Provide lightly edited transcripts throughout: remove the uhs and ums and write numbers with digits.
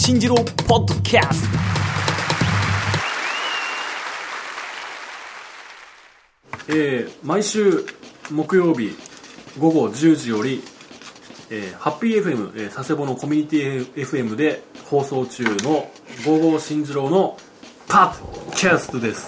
慎次郎ポッドキャスト。 毎週木曜日午後10時より、ハッピー FM、佐世保のコミュニティ FM で放送中の55慎次郎のパッドキャストです。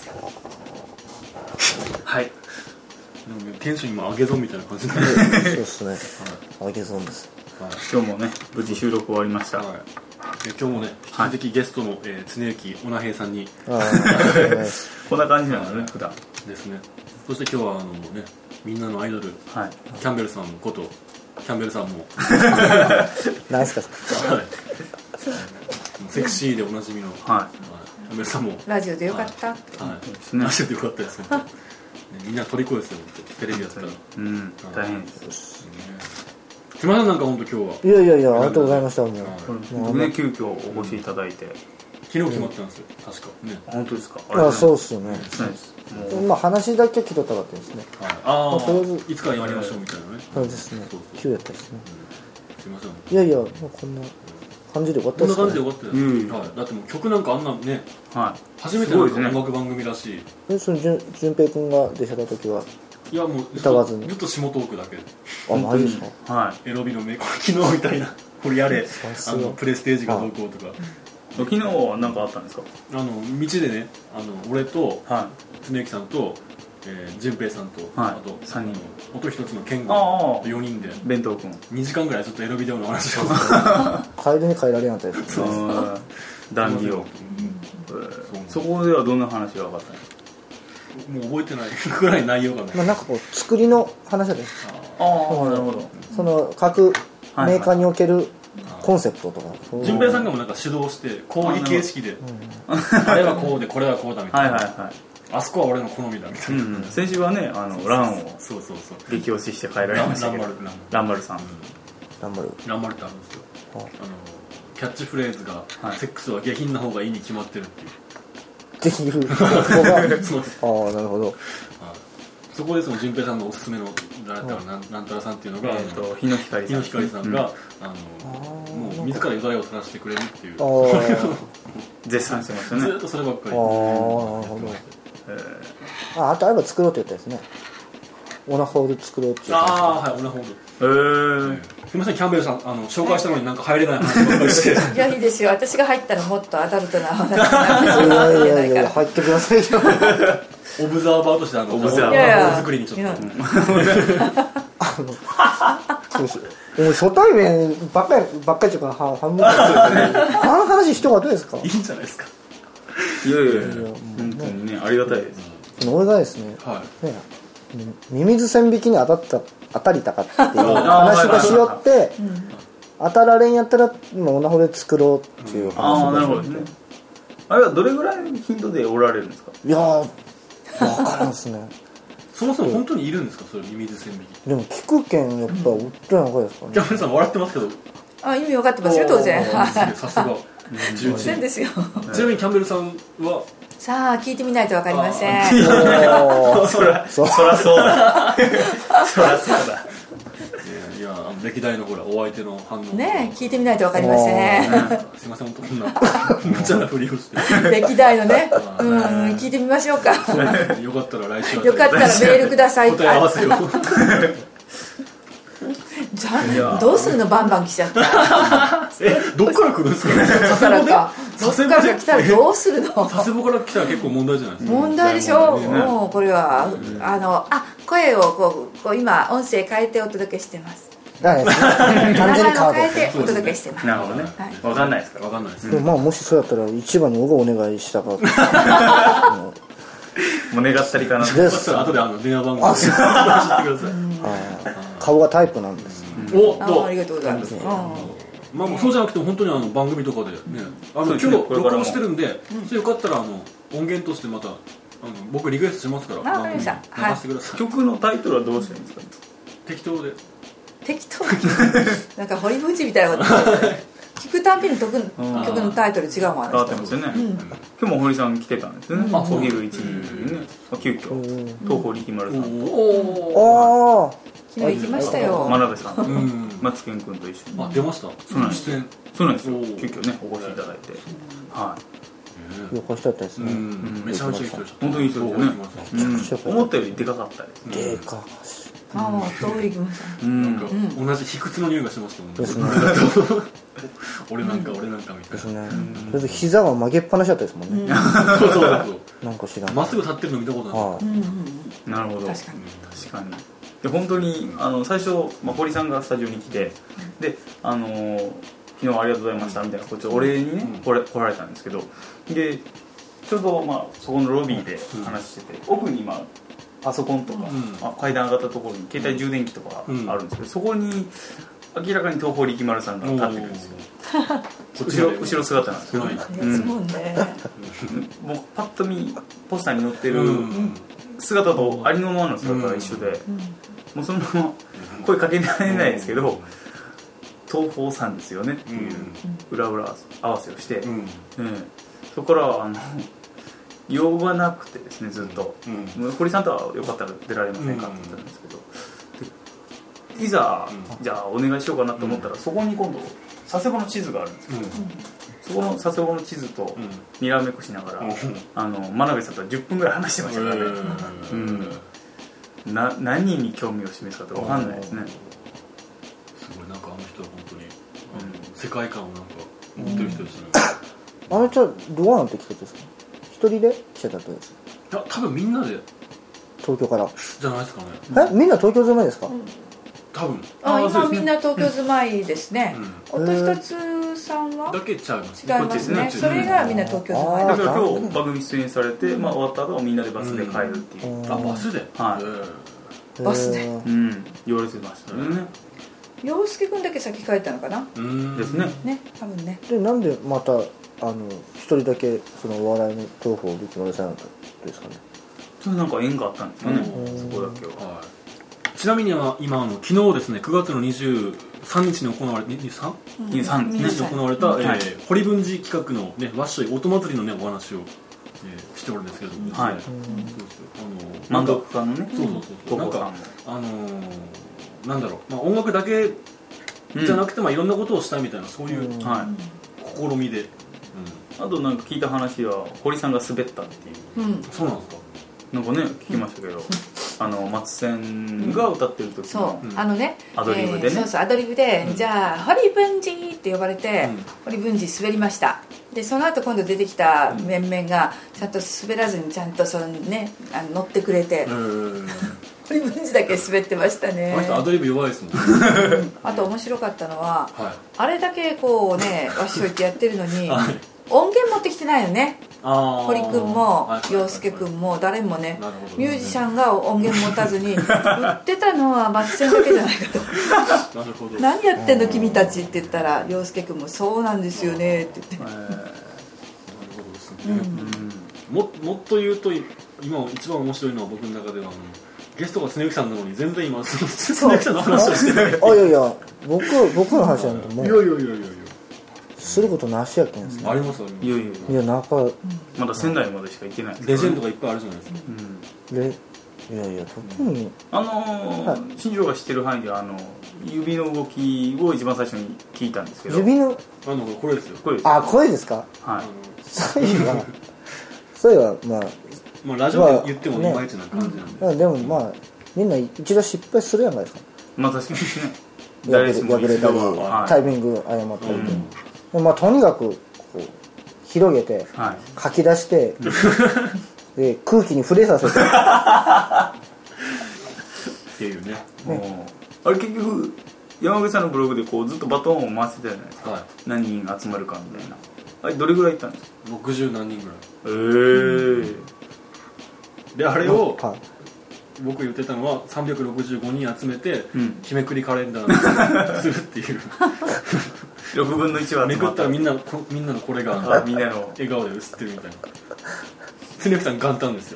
はい。テンション今上げ損みたいな感じでそうですね、上げ損です、 はい、今日もね無事収録終わりました、はい、 今日もね引き続きゲストの、常幸おなへいさんにこんな感じなのね普段ですね。そして今日はみんなのアイドル、はい、キャンベルさんことキャンベルさんも何すかはい、セクシーでおなじみの、はい、キャンベルさんもラジオでよかった、はいラジオでよかったですねみんな虜ですよテレビやったら、 大変です。 すみませんなんか本当今日はいやありがとうございました。もうね急遽お越しいただいて、 昨日決まったんですよ確かね。 本当ですか。 そうっすよね。まあ話だけ聞いとったかったですね。 ああとりあえずいつかやりましょうみたいなね。 そうですね。急やったですね。 すみません。 いやもうこんな感じでよかったですね。 こんな感じでよかったです。はい。だってもう曲なんかあんなね、初めての音楽番組らしい。 その順平君が出てた時はいやもう歌わずにずっと下トークだけで。 あマジですか。 はい。エロビのメコ昨日みたいなこれやれプレステージがどうこうとか。 昨日は何かあったんですか。 道でね俺と常幸さんと順平さんとあと 3人音一つの健吾と4人で弁当君 2時間ぐらいずっとエロビデオの話を帰りに帰られなかったです。 談義をそこではどんな話が分かったんですか。 もう覚えてないぐらい内容がね、 なんかこう作りの話です。 なるほど。 その各メーカーにおけるコンセプトとか順平さんがもなんか指導して講義形式であれはこうでこれはこうだみたいなあそこは俺の好みだみたいな。 先週はねランを激推しして帰られましたけどランマルさんランマルってあるんですよ。キャッチフレーズがセックスは下品な方がいいに決まってるっていうっていうのがなるほど。 そこでその順平さんのおすすめのなんたらさんっていうのが日野光さんがもう自らよだれを垂らしてくれるっていう絶賛してますよね。 ずっとそればっかり。 なるほど。あとあれば作ろうって言ったですね。オナホール作ろうって言った。 はいオナホール。すみませんキャンベルさん紹介したのになんか入れない話ばっかりして。 いやいいですよ。私が入ったらもっとアダルトな話いや入ってくださいよ。 オブザーバーとしてオブザーバー作りにちょっともう初対面ばっかりっていうか半分あの話してもらっていいですか。 いいんじゃないですか。 いや本当にねありがたいです。 俺がですねミミズ線引きに当たりたかっていう話がしよって当たられんやったらオナホで作ろうっていう話なるほどね。あれはどれぐらいの頻度でおられるんですか。 いや分からんですね。 そもそも本当にいるんですかそれミミズ線引き。 でも聞くけんやっぱ売ってないのかですかね。 キャンベルさん笑ってますけど意味分かってますよ当然。 さすが当然ですよ。 ちなみにキャンベルさんはさあ聞いてみないと分かりません。 そらそうだそらそうだ。 いや歴代のほらお相手の反応ね聞いてみないと分かりません。 すいません本当こんな無茶なふりをして歴代のね聞いてみましょうか。 よかったら来週よかったらメールください。 答え合わせをどうするのバンバン来ちゃった。 どっから来るんですか。 佐世保かどっから来たらどうするの。 佐世保から来たら結構問題じゃないですか。 問題でしょ。もうこれは声をこう今音声変えてお届けしてます。 完全に変えてお届けしてます。 なるほどね。分かんないですから。 分かんないです。 でももしそうやったら一番に僕がお願いしたかった。 もう願ったりかな。 です後で電話番号知ってください。 顔がタイプなんです。 ありがとうございます。 まあそうじゃなくて本当に番組とかでね今日録音してるんでよかったら音源としてまた僕リクエストしますからわかりました。 流してください。 曲のタイトルはどうしたらいいんですか。 適当でなんか堀口みたいなこと聞くたびに曲のタイトル違うもん。 変わってますよね。今日も堀さん来てたんですよね。お昼1時にね急遽東宝力丸さんと昨日行きましたよ。 真鍋さんマツケン君と一緒に。 あ、出ました。 そうなんです出演。 そうなんですよおー急遽ねお越しいただいて、はいよかしたですね。 めちゃめちゃいい人でした。 本当にいい人ですよね、うん、思ったよりでかかったですね。 でかああ、通りくまさん。 なんか同じ卑屈の匂いがしましたもんね。 ですね。 俺なんかみたいな。 ですね。それで膝が曲げっぱなしだったですもんね。 そうそう。 なんか知らん。 まっすぐ立ってるの見たことない。 はい。 なるほど、 確かに。 確かに。で本当に最初、堀さんがスタジオに来て、で昨日はありがとうございましたみたいなこっちお礼にね、来られたんですけど、でちょうどそこのロビーで話してて、奥にパソコンとか、階段上がったところに携帯充電器とかあるんですけど、そこに明らかに東宝力丸さんが立ってるんですよ。後ろ姿なんですけど、 ですもんね。 もうパッと見ポスターに載ってる姿とありのままの姿が一緒で、もうそのまま声かけられないですけど、東宝さんですよねっていう裏合わせをして、そこから呼ばなくてですね、ずっと、堀さんとはよかったら出られませんかって言ったんですけど、いざ、じゃあお願いしようかなと思ったら、そこに今度佐世保の地図があるんですけど、そこの佐世保の地図とにらめっこしながら、真鍋さんとは10分ぐらい話してましたからね。何人に興味を示すかって分かんないですね。 すごい、なんかあの人は本当に世界観をなんか持ってる人ですね。 あれじゃあどうなってきたんですか？一人で来てたってことですか？ いや、多分みんなで東京からじゃないですかね。 みんな東京住まいですか？ 多分今みんな東京住まいですね。音一つさんはだけちゃいます。 違いますね。それがみんな東京住まいだから今日番組出演されて、終わった後みんなでバスで帰るっていう。 あ、バスで。 バスで言われてましたね。 陽介君だけ先帰ったのかなですね。 ね、多分ね。 でなんでまた一人だけそのお笑いの東宝力丸さんですかね？ それなんか縁があったんですかね、そこだけは。 ちなみに今昨日ですね、9月の23日に行われて23日に行われた堀文治企画のね、わっしょい音祭りのねお話をしておるんですけれどもですね、 満足感のね、 そうなんかなんだろう、音楽だけじゃなくていろんなことをしたいみたいな、そういう試みで、 あとなんか聞いた話は堀さんが滑ったっていう。 そうなんですか？ なんかね、聞きましたけど、松千が歌ってる時のアドリブでね、 アドリブで、じゃあ堀文治って呼ばれて、堀文治滑りました。でその後今度出てきた面々がちゃんと滑らずにちゃんとそのね乗ってくれて、堀文治だけ滑ってましたね。 あの人アドリブ弱いですもん。 あと面白かったのは、あれだけこうねわっしょいってやってるのに、音源持ってきてないよね。堀君も陽介君も誰もね、ミュージシャンが音源持たずに売ってたのは松千だけじゃないかと。なるほど。何やってんの君たちって言ったら、陽介君もそうなんですよねって言って。なるほどですね。もっと言うと今一番面白いのは僕の中ではゲストが常幸さんなのに全然今常幸さんの話をしてない。 いやいや、僕の話なんてもう。いやすることなしやけんですね。 あります。 いやまだ仙台までしか行ってないですレジェンドがいっぱいあるじゃないですか。 いや特に新庄が知ってる範囲で指の動きを一番最初に聞いたんですけど、 指のこれですよ。 声ですか？ はい。 そういえばまあラジオで言ってもいまいちな感じなんで。 でもみんな一度失敗するやんかですか。 まあ確かにですね。 破れたりタイミング誤ったりとにかくこう広げて書き出してで空気に触れさせてっていうね。 あれ結局山口さんのブログでこうずっとバトンを回してたじゃないですか。何人集まるかみたいな。あれどれぐらいいったんですか ？60何人ぐらい。であれを僕言ってたのは365人集めて日めくりカレンダーするっていう 6分の1はめくったらみんなのこれがみんなの笑顔で映ってるみたいな。常幸さん元旦ですよ。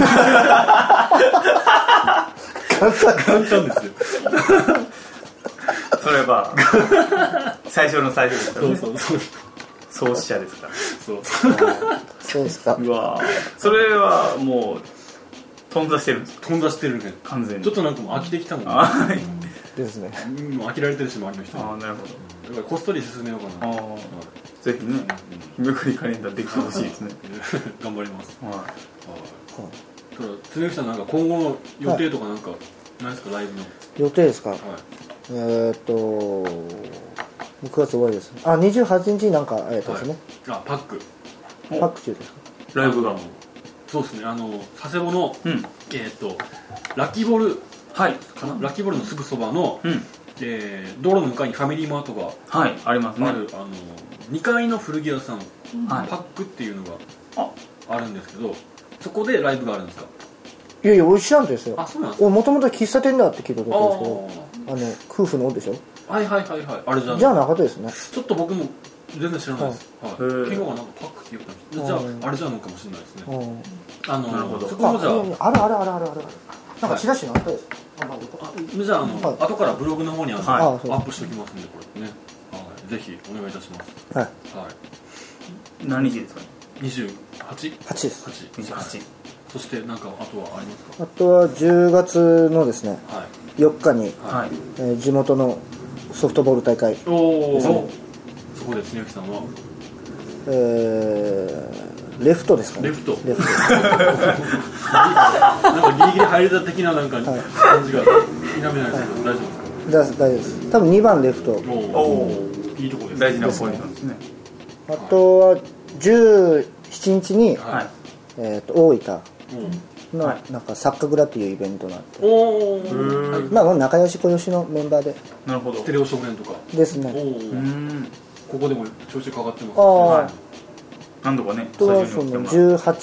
元旦ですよ。 それは最初の最初ですからね。 そう創始者ですから。 そうですか。 うわそれはもう頓挫してるんですか？ 頓挫してるね、 完全に。 ちょっとなんかもう飽きてきたもんね。 ですね。 もう飽きられてるし、周りの人に。 ああ、なるほど。 だからこっそり進めようかな。 ぜひね、日めくりカレンダーできてほしいですね。 頑張ります。 はい。 ただ常幸さん、なんか今後の予定とかなんかないですか、ライブの予定ですか？ はい。 9月終わりです。あ、28日になんかですね。 あ、パックパック中ですか？ ライブが。 そうですね、佐世保のうん。 ラッキーボールはい。 かな、ラッキーボールのすぐそばのうん。 道路の向かいにファミリーマートがはい、ありますね。 ある、2階の古着屋さん、 はい。 パックっていうのがあ、 あるんですけど、そこでライブがあるんですか？ いやいや、おいしいなんですよ。 あ、そうなんですか。 もともと喫茶店だって聞いたことですけど、夫婦のでしょ？ はいはいはいはい、あれじゃあなかったですね。 ちょっと僕も全然知らないです。はい。 へーケンゴがなんかパックって言ったんです。じゃああれじゃないのかもしれないですね。 なるほどそこもじゃある。なんかチラシにあったです。 じゃあはい後からブログの方にアはいップしておきますんで、これね。はい。ぜひお願いいたします。 はい。 はい。 何日ですかね？ 28？ 8です。 28。 そしてなんかあとはありますか？ あとは10月のですね、 はい 4日に、 はい。 地元のソフトボール大会、 おお。 ですねそこで常幸さんはレフトですかね。 レフト。 レフト。 なんかギリギリ入れた的ななんか感じが否めないですけど、大丈夫ですか？ 大丈夫です。多分2番レフト。 おお。いいとこですね。 大事なポイントですね。 あとは17日に、 はい。 大分のはいなんかサッカグラっていうイベントがあって、 おお。 まあ仲良し小良しのメンバーでなるほど。 ステレオ少年とか。 ですね。 おお。ここでもちょいちょいかかってます。 ああ、 はい。何度かね、 あとはその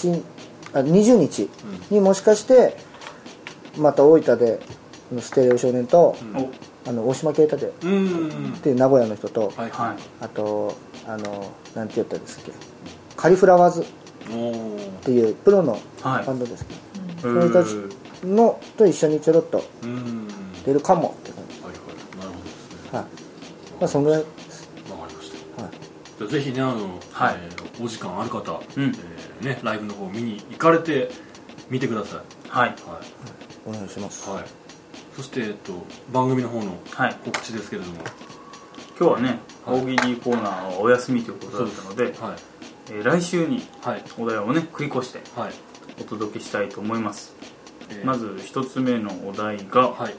20日にもしかしてまた大分でステレオ少年と、大島啓太でっていう名古屋の人と、 はいはい。 あとなんて言ったんですっけ、カリフラワーズっおお。 ていうプロのはいバンドですけど、それたちのと一緒にちょろっと出るかもって感じ。 はいはい。なるほどですね。 はい。まあそんぐらい。 わかりました。 はい。 じゃあぜひね、 はいお時間ある方、 うんね、ライブの方見に行かれてみてください。 はい。 はお願いします。 い。はい。そして番組の方のはい。 告知ですけれども、 今日はね、 はい大喜利コーナーはお休みということだったので、 はい来週にはいお題をね、繰り越してはい。 お届けしたいと思います。 えーまず一つ目のお題が、 はい。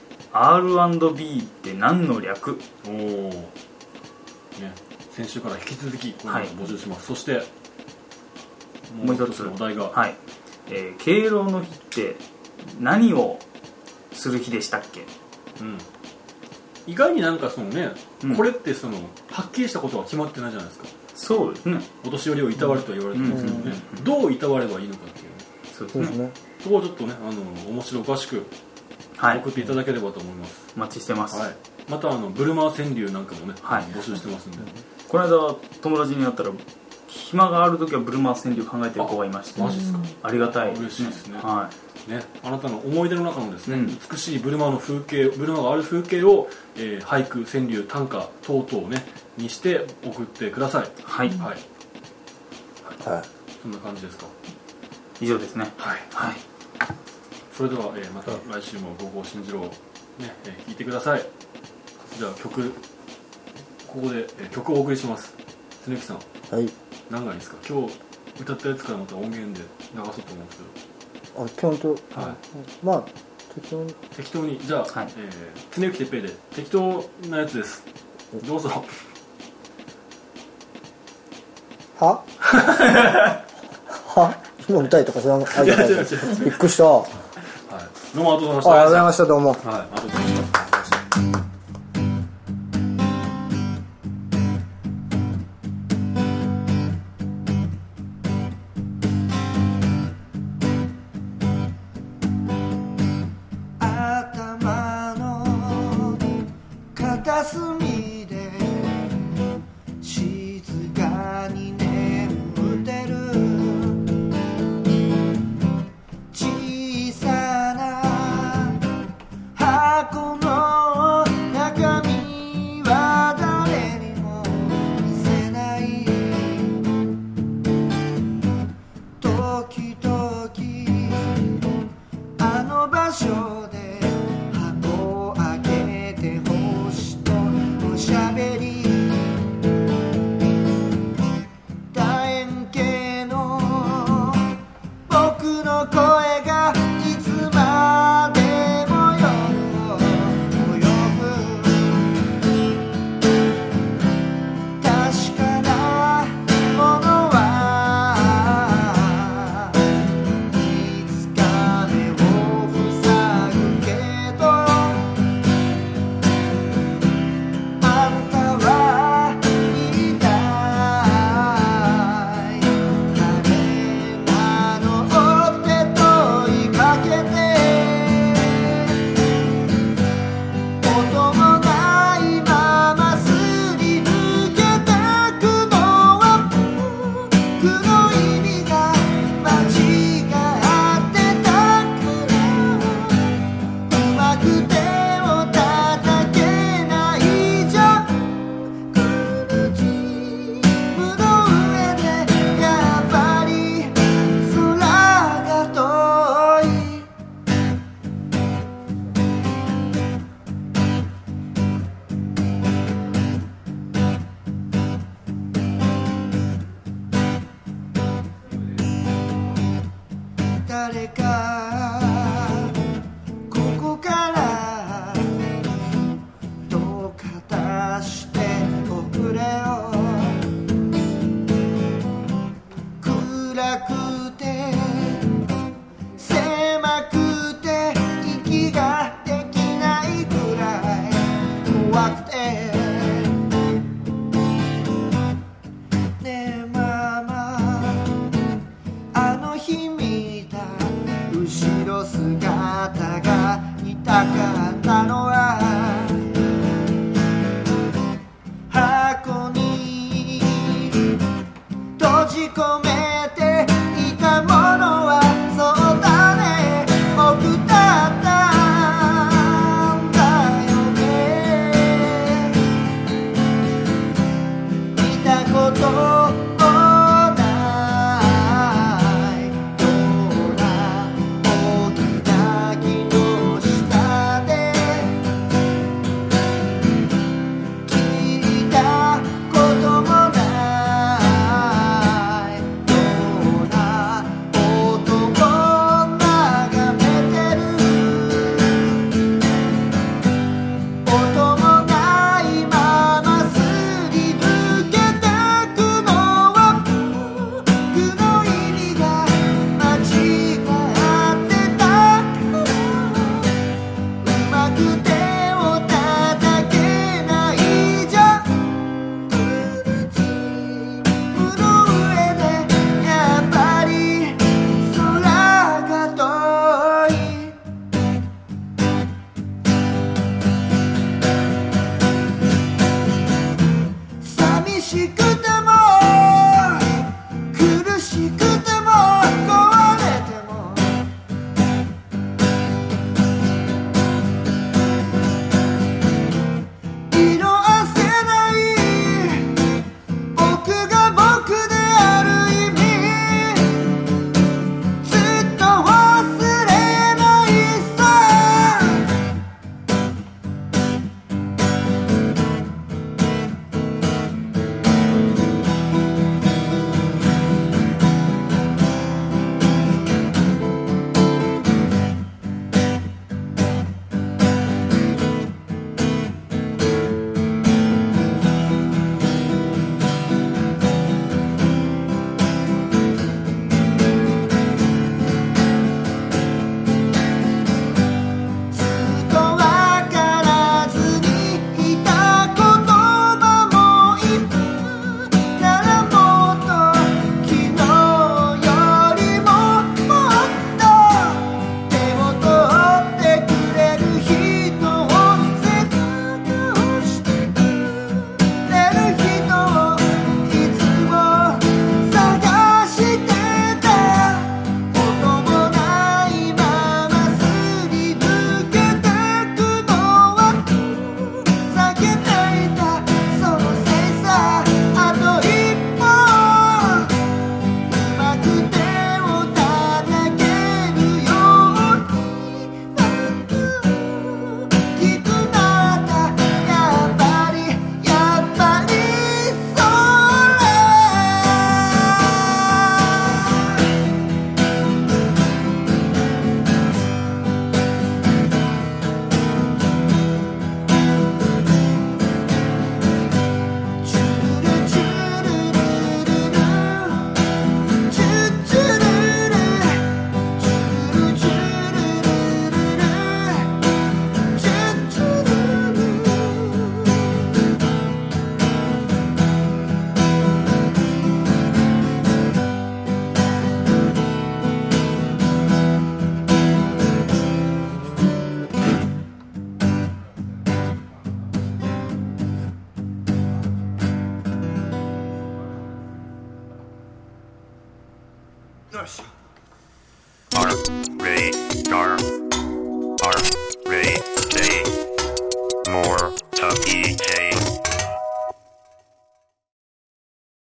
R&B って何の略？ おお。ね、先週から引き続きこれを募集します。そしてもう一つのお題が、 はい。敬老の日って何をする日でしたっけ？ うん。意外になんかそのね、 うんこれってそのはっきりしたことは決まってないじゃないですか。 そうですね。 お年寄りをいたわれとは言われてるんですけどね、どういたわればいいのかっていうね、 そうですね。 そうですね。 そこをちょっとね面白おかしくはい。 送っていただければと思います。 お待ちしてます。 はい。またブルマー川柳なんかもね、 はい募集してますんで。 この間友達に会ったら暇がある時はブルマー川柳考えてる子がいまして、 マジですか。 ありがたい嬉しいですね。 はね、あなたの思い出の中のですね、 うん美しいブルマーの風景、ブルマーがある風景を、俳句、川柳、短歌等々ねにして送ってください。 い。はい。 はい。 はい。 そんな感じですか。 以上ですね。 はい。 はい。 それでは、また来週も「ゴーゴー新次郎」ね、聴いてください。じゃあここで、曲をお送りします。常幸さん、 はい。 何がいいですか？今日歌ったやつからまた音源で流そうと思うんですけど、 基本と、 はいまあ適当に。 適当に、じゃあ、 はい常幸てっぺいで適当なやつです。どうぞ。 はは今歌いとかそれはありがたい違う違う違うびっくりした。 はい、どうもありがとうございました。 ありがとうございました。どうも。 はい、ありがとうございました。 頭の片隅で静かに眠ってる小さな箱の中身は誰にも見せない時々 たのは箱に閉じ込めていたものはそうだね僕だったんだよね見たこともないような大きな木の下で聞いたこともないような音を眺めてる音もないまますり抜けてくのは僕の意味が間違ってたうまく手を叩けないじゃクルチームの上でやっぱり空が遠い寂しくても苦しくても壊れても色あせない僕が僕である意味ずっと忘れないさずっとわからずにいた言葉も今ならもっと昨日よりももっと手を取ってくれる人を探してくれる人をいつも探してた音もないまますり抜けてくのは避けていたそのせいさあと一歩うまく手を叩けるようになる大きくなったやっぱりそれチュルチュルルルルチュチュルルチュルチュルルルルチュチュルルよし Are radar. Are ray day. More tough EK.